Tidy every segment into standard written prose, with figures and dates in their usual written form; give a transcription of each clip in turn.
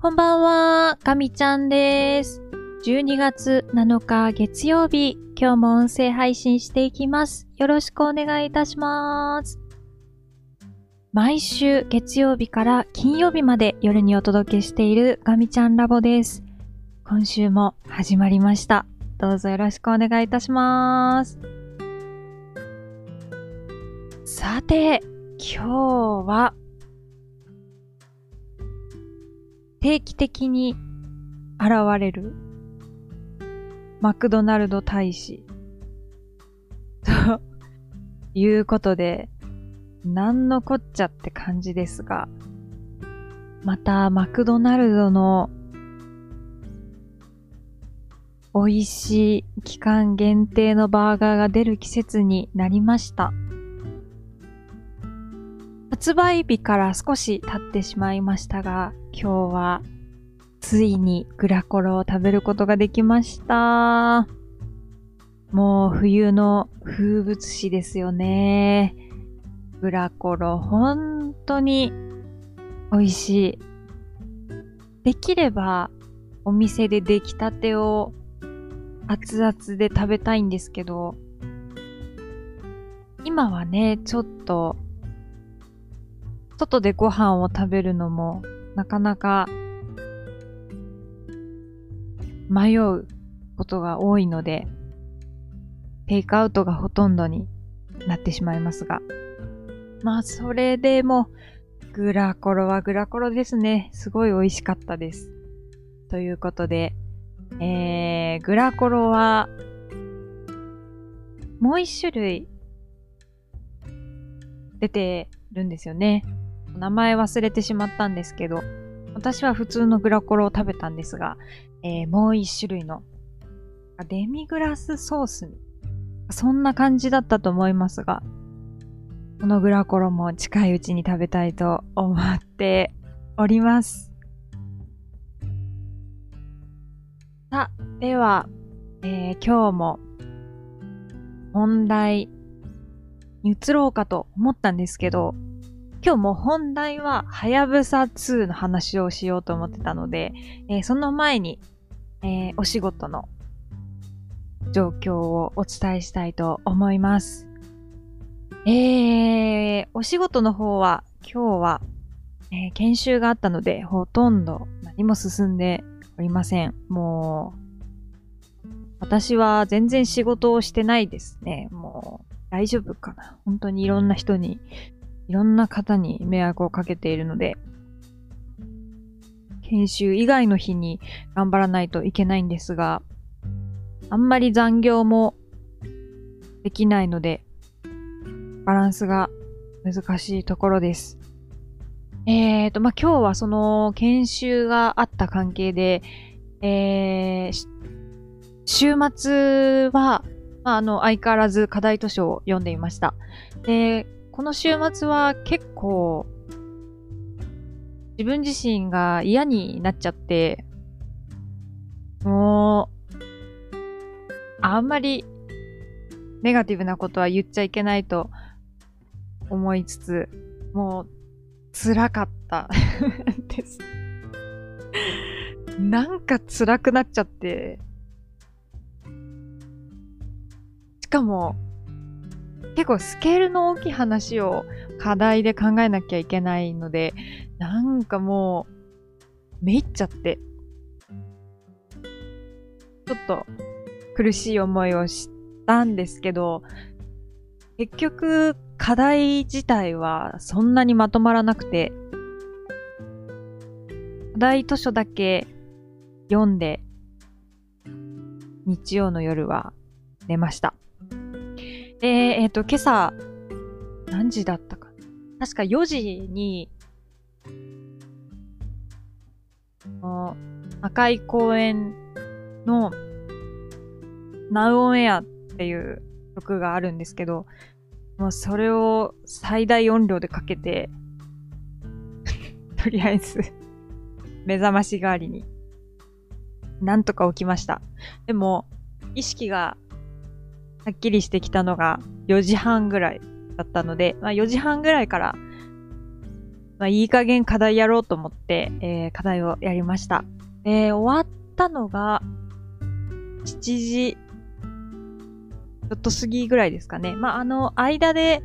こんばんは、かみちゃんです。12月7日月曜日、今日も音声配信していきます。よろしくお願いいたします。毎週月曜日から金曜日まで夜にお届けしているかみちゃんラボです。今週も始まりました。どうぞよろしくお願いいたします。さて、今日は定期的に現れるマクドナルド大使ということで、なんのこっちゃって感じですが、またマクドナルドの美味しい期間限定のバーガーが出る季節になりました。発売日から少し経ってしまいましたが、今日はついにグラコロを食べることができました。もう冬の風物詩ですよね。グラコロ本当に美味しい。できればお店で出来たてを熱々で食べたいんですけど、今はね、ちょっと外でご飯を食べるのもなかなか迷うことが多いので、テイクアウトがほとんどになってしまいますが。まあそれでもグラコロはグラコロですね。すごい美味しかったです。ということで、グラコロはもう一種類出てるんですよね。名前忘れてしまったんですけど、私は普通のグラコロを食べたんですが、もう一種類のデミグラスソースにそんな感じだったと思いますが、このグラコロも近いうちに食べたいと思っております。さあ、では、今日も本題に移ろうかと思ったんですけど、今日も本題ははやぶさ2の話をしようと思ってたので、その前に、お仕事の状況をお伝えしたいと思います。お仕事の方は今日は、研修があったのでほとんど何も進んでおりません。もう私は全然仕事をしてないですね。もう大丈夫かな。本当にいろんな人にいろんな方に迷惑をかけているので、研修以外の日に頑張らないといけないんですが、あんまり残業もできないので、バランスが難しいところです。今日はその研修があった関係で、週末は、相変わらず課題図書を読んでいました。で、この週末は結構自分自身が嫌になっちゃって、もうあんまりネガティブなことは言っちゃいけないと思いつつ、もう辛かったです。なんか辛くなっちゃって、しかも結構スケールの大きい話を課題で考えなきゃいけないので、なんかもうめいっちゃって、ちょっと苦しい思いをしたんですけど、結局課題自体はそんなにまとまらなくて、課題図書だけ読んで日曜の夜は寝ました。で、今朝何時だったかな。確か4時に赤い公園のNow on Airっていう曲があるんですけど、もうそれを最大音量でかけてとりあえず目覚まし代わりになんとか起きました。でも意識がはっきりしてきたのが4時半ぐらいだったので、4時半ぐらいからいい加減課題やろうと思って、課題をやりました。終わったのが、7時、ちょっと過ぎぐらいですかね。間で、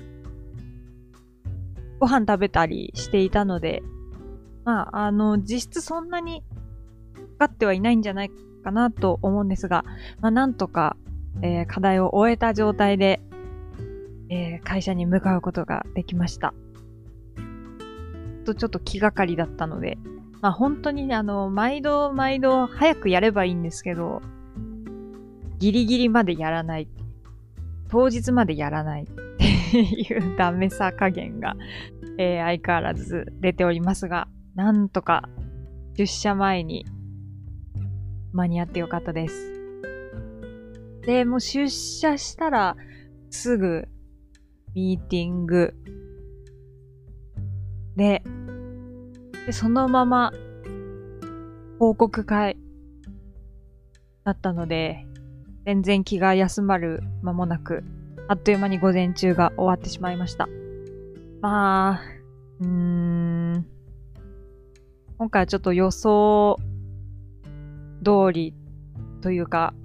ご飯食べたりしていたので、実質そんなにかかってはいないんじゃないかなと思うんですが、なんとか、課題を終えた状態で、会社に向かうことができました。ちょっと気がかりだったので、本当にね、毎度早くやればいいんですけど、ギリギリまでやらない。当日までやらないっていうダメさ加減が、相変わらず出ておりますが、なんとか出社前に間に合ってよかったです。で、もう出社したらすぐミーティングで、そのまま報告会だったので、全然気が休まる間もなく、あっという間に午前中が終わってしまいました。今回はちょっと予想通りというか、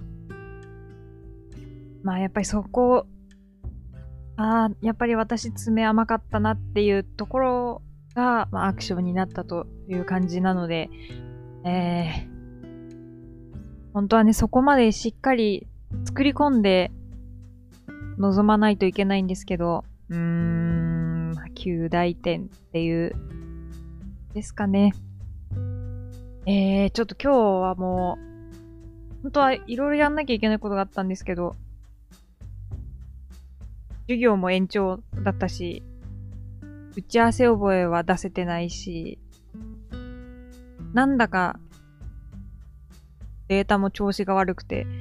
やっぱりそこ、やっぱり私爪甘かったなっていうところが、アクションになったという感じなので、本当はね、そこまでしっかり作り込んで臨まないといけないんですけど、9大点っていうですかね。ちょっと今日はもう、本当はいろいろやんなきゃいけないことがあったんですけど、授業も延長だったし、打ち合わせ覚えは出せてないし、なんだかデータも調子が悪くて、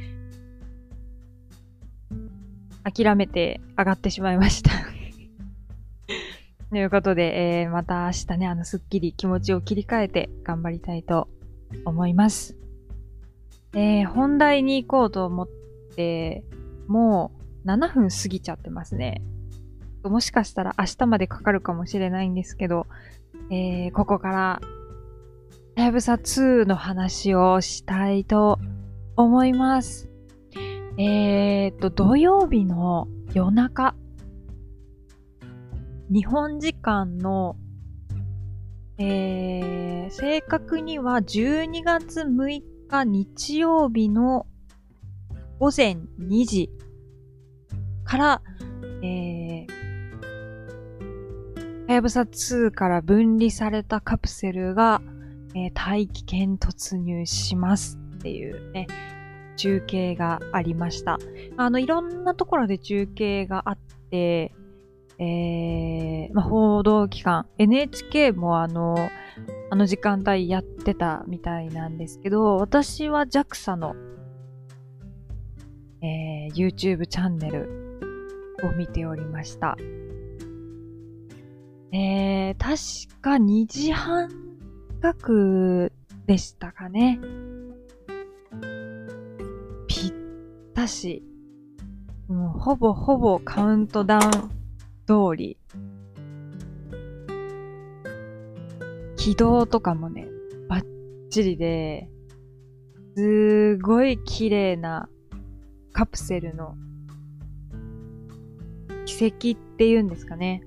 諦めて上がってしまいました。ということで、また明日ね、すっきり気持ちを切り替えて頑張りたいと思います。本題に行こうと思って、もう7分過ぎちゃってますね。もしかしたら明日までかかるかもしれないんですけど、ここから、はやぶさ2の話をしたいと思います。土曜日の夜中、日本時間の、正確には12月6日日曜日の午前2時から、はやぶさ2から分離されたカプセルが、大気圏突入しますっていうね、中継がありました。いろんなところで中継があって、報道機関、NHK もあの時間帯やってたみたいなんですけど、私は JAXA の、YouTube チャンネルを見ておりました。確か2時半近くでしたかね。ぴったし。もうほぼカウントダウン通り。軌道とかもね、バッチリで、すごい綺麗なカプセルの軌跡っていうんですかね。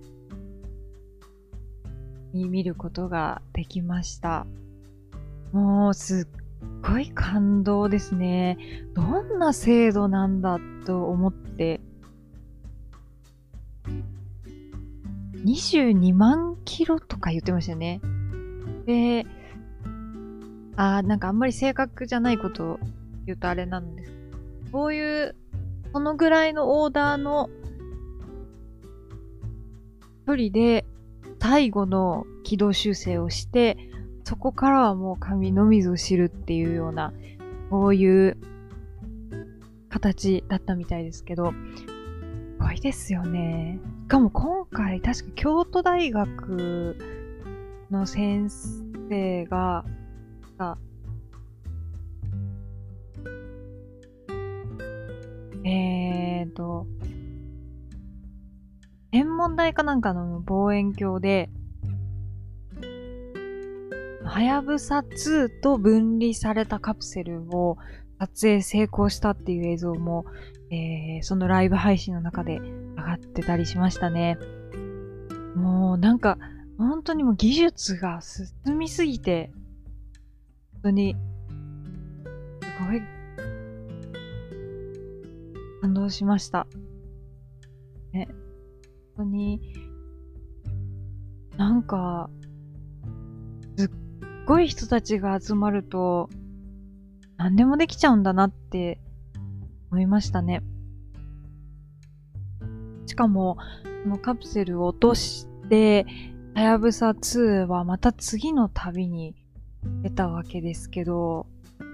に見ることができました。もうすっごい感動ですね。どんな精度なんだと思って、22万キロとか言ってましたね。で、なんかあんまり正確じゃないことを言うとあれなんです。そういう、そのぐらいのオーダーの距離で最後の軌道修正をして、そこからはもう神のみぞ知るっていうような、そういう形だったみたいですけど、すごいですよね。しかも今回確か京都大学の先生が、天文台かなんかの望遠鏡で、 はやぶさ2と分離されたカプセルを撮影成功したっていう映像も、そのライブ配信の中で上がってたりしましたね。もうなんか、本当にもう技術が進みすぎて、本当に、すごい、感動しました。ね。本当に、なんか、すっごい人たちが集まると、何でもできちゃうんだなって思いましたね。しかも、このカプセルを落として、はやぶさ2はまた次の旅に出たわけですけど、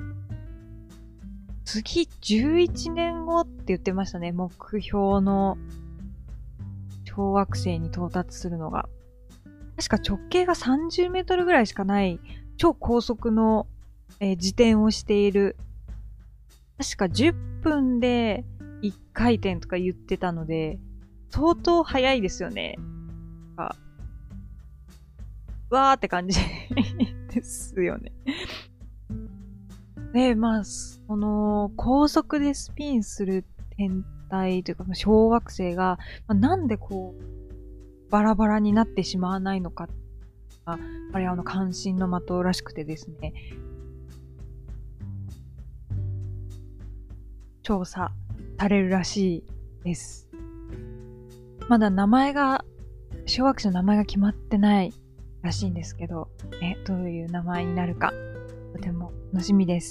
次11年後って言ってましたね。目標の小惑星に到達するのが。確か直径が30メートルぐらいしかない超高速の、自転をしている。確か10分で1回転とか言ってたので、相当速いですよね。わーって感じですよね。で、まあ、その、高速でスピンする天体というか、小惑星が、なんでこう、バラバラになってしまわないのか、やっぱり関心の的らしくてですね、調査されるらしいです。まだ小惑星の名前が決まってないらしいんですけど、どういう名前になるか、とても楽しみです。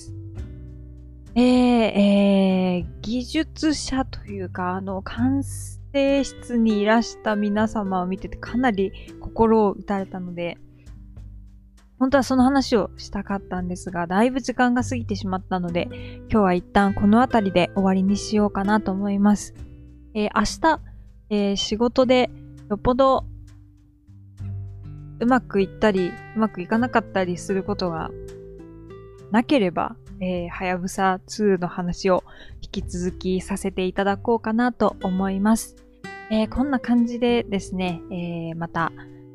技術者というか、管制室にいらした皆様を見ててかなり心を打たれたので、本当はその話をしたかったんですが、だいぶ時間が過ぎてしまったので、今日は一旦この辺りで終わりにしようかなと思います。明日、仕事でよっぽどうまくいったり、うまくいかなかったりすることがなければ、はやぶさ2の話を引き続きさせていただこうかなと思います。こんな感じでですね、また、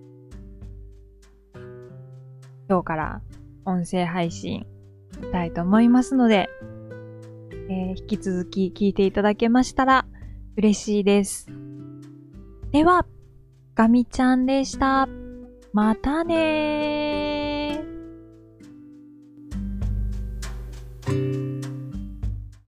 今日から音声配信したいと思いますので、引き続き聞いていただけましたら嬉しいです。では、ガミちゃんでした。またねー。